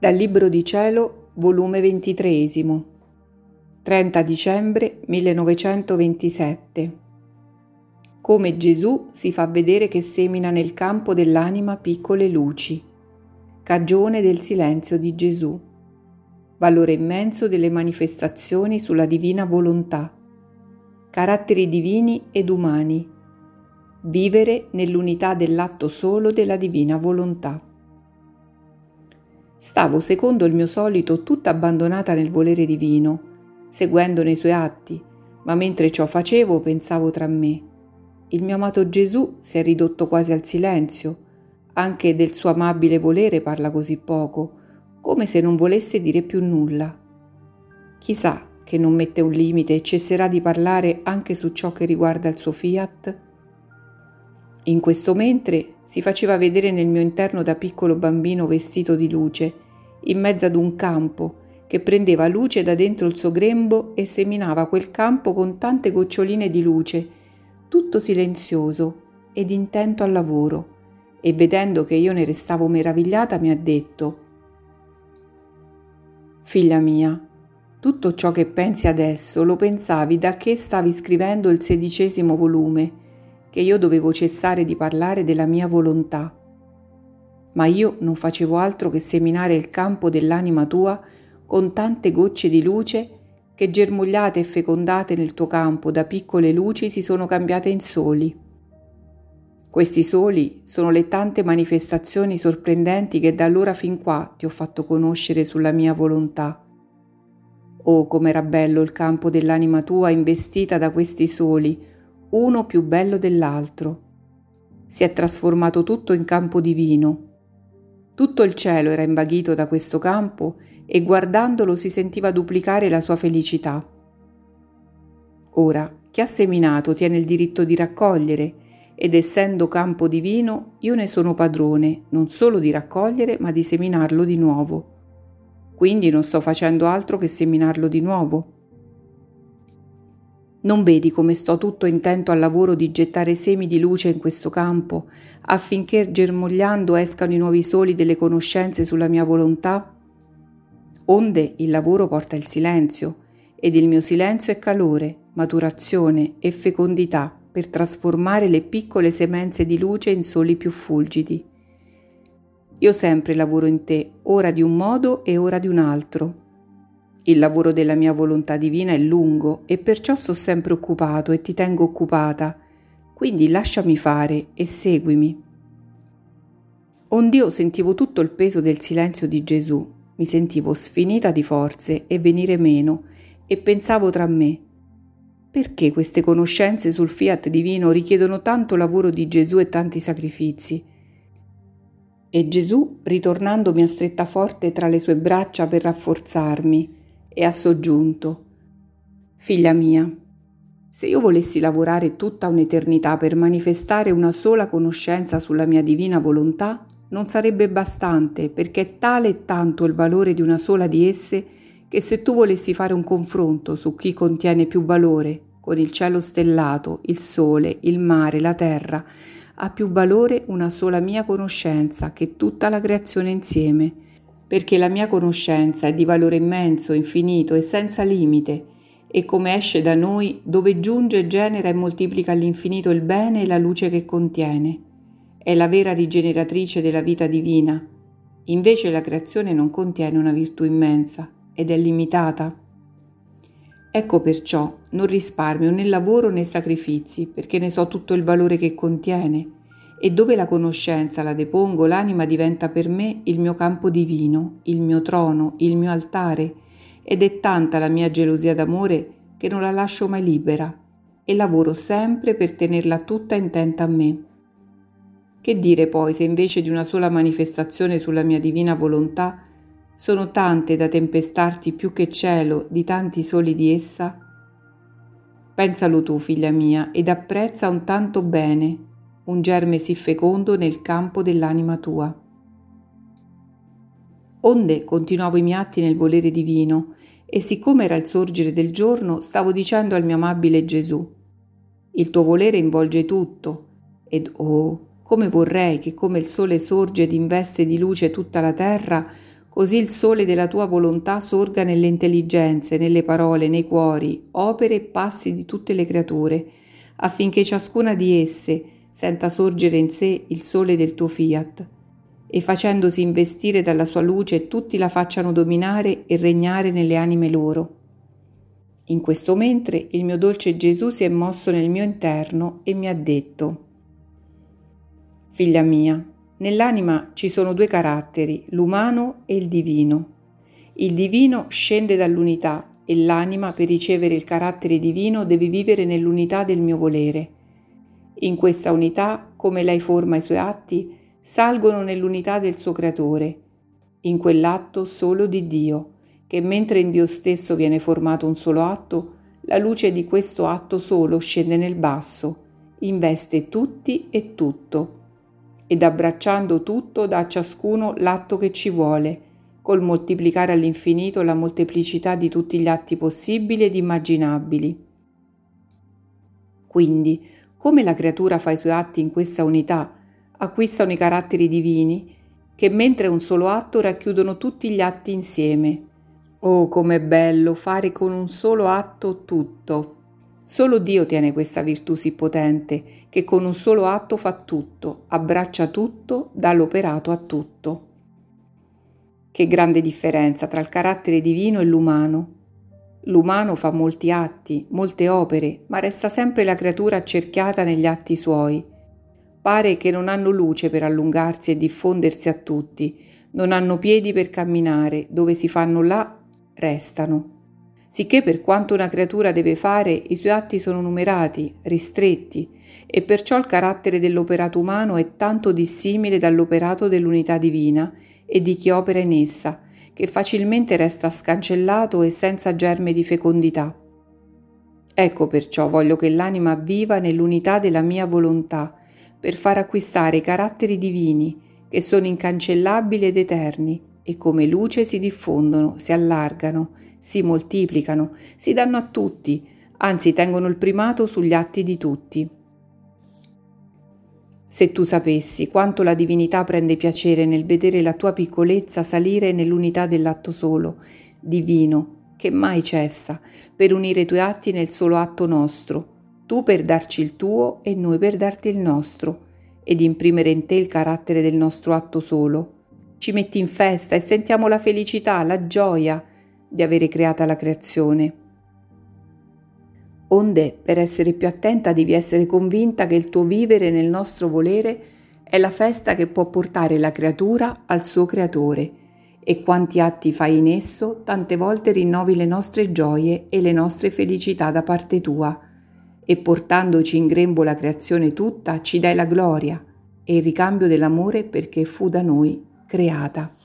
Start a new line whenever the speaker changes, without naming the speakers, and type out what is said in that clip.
Dal Libro di Cielo, volume 23, 30 dicembre 1927. Come Gesù si fa vedere che semina nel campo dell'anima piccole luci. Cagione del silenzio di Gesù. Valore immenso delle manifestazioni sulla divina volontà. Caratteri divini ed umani. Vivere nell'unità dell'atto solo della divina volontà. Stavo secondo il mio solito tutta abbandonata nel volere divino, seguendo nei suoi atti, ma mentre ciò facevo pensavo tra me: il mio amato Gesù si è ridotto quasi al silenzio, anche del suo amabile volere parla così poco, come se non volesse dire più nulla. Chissà che non mette un limite e cesserà di parlare anche su ciò che riguarda il suo fiat? In questo mentre si faceva vedere nel mio interno da piccolo bambino vestito di luce, in mezzo ad un campo, che prendeva luce da dentro il suo grembo e seminava quel campo con tante goccioline di luce, tutto silenzioso ed intento al lavoro, e vedendo che io ne restavo meravigliata mi ha detto: «Figlia mia, tutto ciò che pensi adesso lo pensavi da che stavi scrivendo il 16° volume, che io dovevo cessare di parlare della mia volontà. Ma io non facevo altro che seminare il campo dell'anima tua con tante gocce di luce che, germogliate e fecondate nel tuo campo da piccole luci, si sono cambiate in soli. Questi soli sono le tante manifestazioni sorprendenti che da allora fin qua ti ho fatto conoscere sulla mia volontà. Oh, com'era bello il campo dell'anima tua investita da questi soli, uno più bello dell'altro. Si è trasformato tutto in campo divino. Tutto il cielo era invaghito da questo campo e guardandolo si sentiva duplicare la sua felicità. Ora, chi ha seminato tiene il diritto di raccogliere, ed essendo campo divino, io ne sono padrone, non solo di raccogliere, ma di seminarlo di nuovo. Quindi non sto facendo altro che seminarlo di nuovo. Non vedi come sto tutto intento al lavoro di gettare semi di luce in questo campo, affinché germogliando escano i nuovi soli delle conoscenze sulla mia volontà? Onde il lavoro porta il silenzio, ed il mio silenzio è calore, maturazione e fecondità per trasformare le piccole semenze di luce in soli più fulgidi. Io sempre lavoro in te, ora di un modo e ora di un altro. Il lavoro della mia volontà divina è lungo e perciò sto sempre occupato e ti tengo occupata, quindi lasciami fare e seguimi. Ond'io sentivo tutto il peso del silenzio di Gesù, mi sentivo sfinita di forze e venire meno e pensavo tra me: perché queste conoscenze sul fiat divino richiedono tanto lavoro di Gesù e tanti sacrifici? E Gesù, ritornando, mi ha stretta forte tra le sue braccia per rafforzarmi e ha soggiunto: «Figlia mia, se io volessi lavorare tutta un'eternità per manifestare una sola conoscenza sulla mia divina volontà, non sarebbe bastante, perché è tale e tanto il valore di una sola di esse che se tu volessi fare un confronto su chi contiene più valore, con il cielo stellato, il sole, il mare, la terra, ha più valore una sola mia conoscenza che tutta la creazione insieme, perché la mia conoscenza è di valore immenso, infinito e senza limite, e come esce da noi, dove giunge, genera e moltiplica all'infinito il bene e la luce che contiene. È la vera rigeneratrice della vita divina. Invece la creazione non contiene una virtù immensa ed è limitata. Ecco perciò non risparmio né lavoro né sacrifici, perché ne so tutto il valore che contiene, e dove la conoscenza la depongo, l'anima diventa per me il mio campo divino, il mio trono, il mio altare, ed è tanta la mia gelosia d'amore che non la lascio mai libera, e lavoro sempre per tenerla tutta intenta a me. Che dire poi se invece di una sola manifestazione sulla mia divina volontà sono tante da tempestarti più che cielo di tanti soli di essa? Pensalo tu, figlia mia, ed apprezza un tanto bene, un germe sì fecondo nel campo dell'anima tua. Onde continuavo i miei atti nel volere divino, e siccome era il sorgere del giorno, stavo dicendo al mio amabile Gesù: il tuo volere involge tutto, ed oh, come vorrei che come il sole sorge ed investe di luce tutta la terra, così il sole della tua volontà sorga nelle intelligenze, nelle parole, nei cuori, opere e passi di tutte le creature, affinché ciascuna di esse senta sorgere in sé il sole del tuo fiat, e facendosi investire dalla sua luce tutti la facciano dominare e regnare nelle anime loro. In questo mentre il mio dolce Gesù si è mosso nel mio interno e mi ha detto: Figlia mia, nell'anima ci sono due caratteri, l'umano e il divino. Il divino scende dall'unità e l'anima, per ricevere il carattere divino, deve vivere nell'unità del mio volere. In questa unità, come lei forma i suoi atti, salgono nell'unità del suo creatore, in quell'atto solo di Dio, che mentre in Dio stesso viene formato un solo atto, la luce di questo atto solo scende nel basso, investe tutti e tutto, ed abbracciando tutto dà a ciascuno l'atto che ci vuole, col moltiplicare all'infinito la molteplicità di tutti gli atti possibili ed immaginabili. Quindi, come la creatura fa i suoi atti in questa unità, acquistano i caratteri divini, che mentre un solo atto racchiudono tutti gli atti insieme. Oh, com'è bello fare con un solo atto tutto! Solo Dio tiene questa virtù sì potente, che con un solo atto fa tutto, abbraccia tutto, dà l'operato a tutto. Che grande differenza tra il carattere divino e l'umano! L'umano fa molti atti, molte opere, ma resta sempre la creatura accerchiata negli atti suoi. Pare che non hanno luce per allungarsi e diffondersi a tutti, non hanno piedi per camminare, dove si fanno là, restano. Sicché per quanto una creatura deve fare, i suoi atti sono numerati, ristretti, e perciò il carattere dell'operato umano è tanto dissimile dall'operato dell'unità divina e di chi opera in essa, che facilmente resta scancellato e senza germe di fecondità. Ecco perciò voglio che l'anima viva nell'unità della mia volontà, per far acquistare i caratteri divini, che sono incancellabili ed eterni, e come luce si diffondono, si allargano, si moltiplicano, si danno a tutti, anzi tengono il primato sugli atti di tutti. Se tu sapessi quanto la divinità prende piacere nel vedere la tua piccolezza salire nell'unità dell'atto solo, divino, che mai cessa, per unire i tuoi atti nel solo atto nostro, tu per darci il tuo e noi per darti il nostro, ed imprimere in te il carattere del nostro atto solo. Ci metti in festa e sentiamo la felicità, la gioia di avere creata la creazione. Onde, per essere più attenta, devi essere convinta che il tuo vivere nel nostro volere è la festa che può portare la creatura al suo creatore, e quanti atti fai in esso, tante volte rinnovi le nostre gioie e le nostre felicità da parte tua, e portandoci in grembo la creazione tutta ci dai la gloria e il ricambio dell'amore perché fu da noi creata.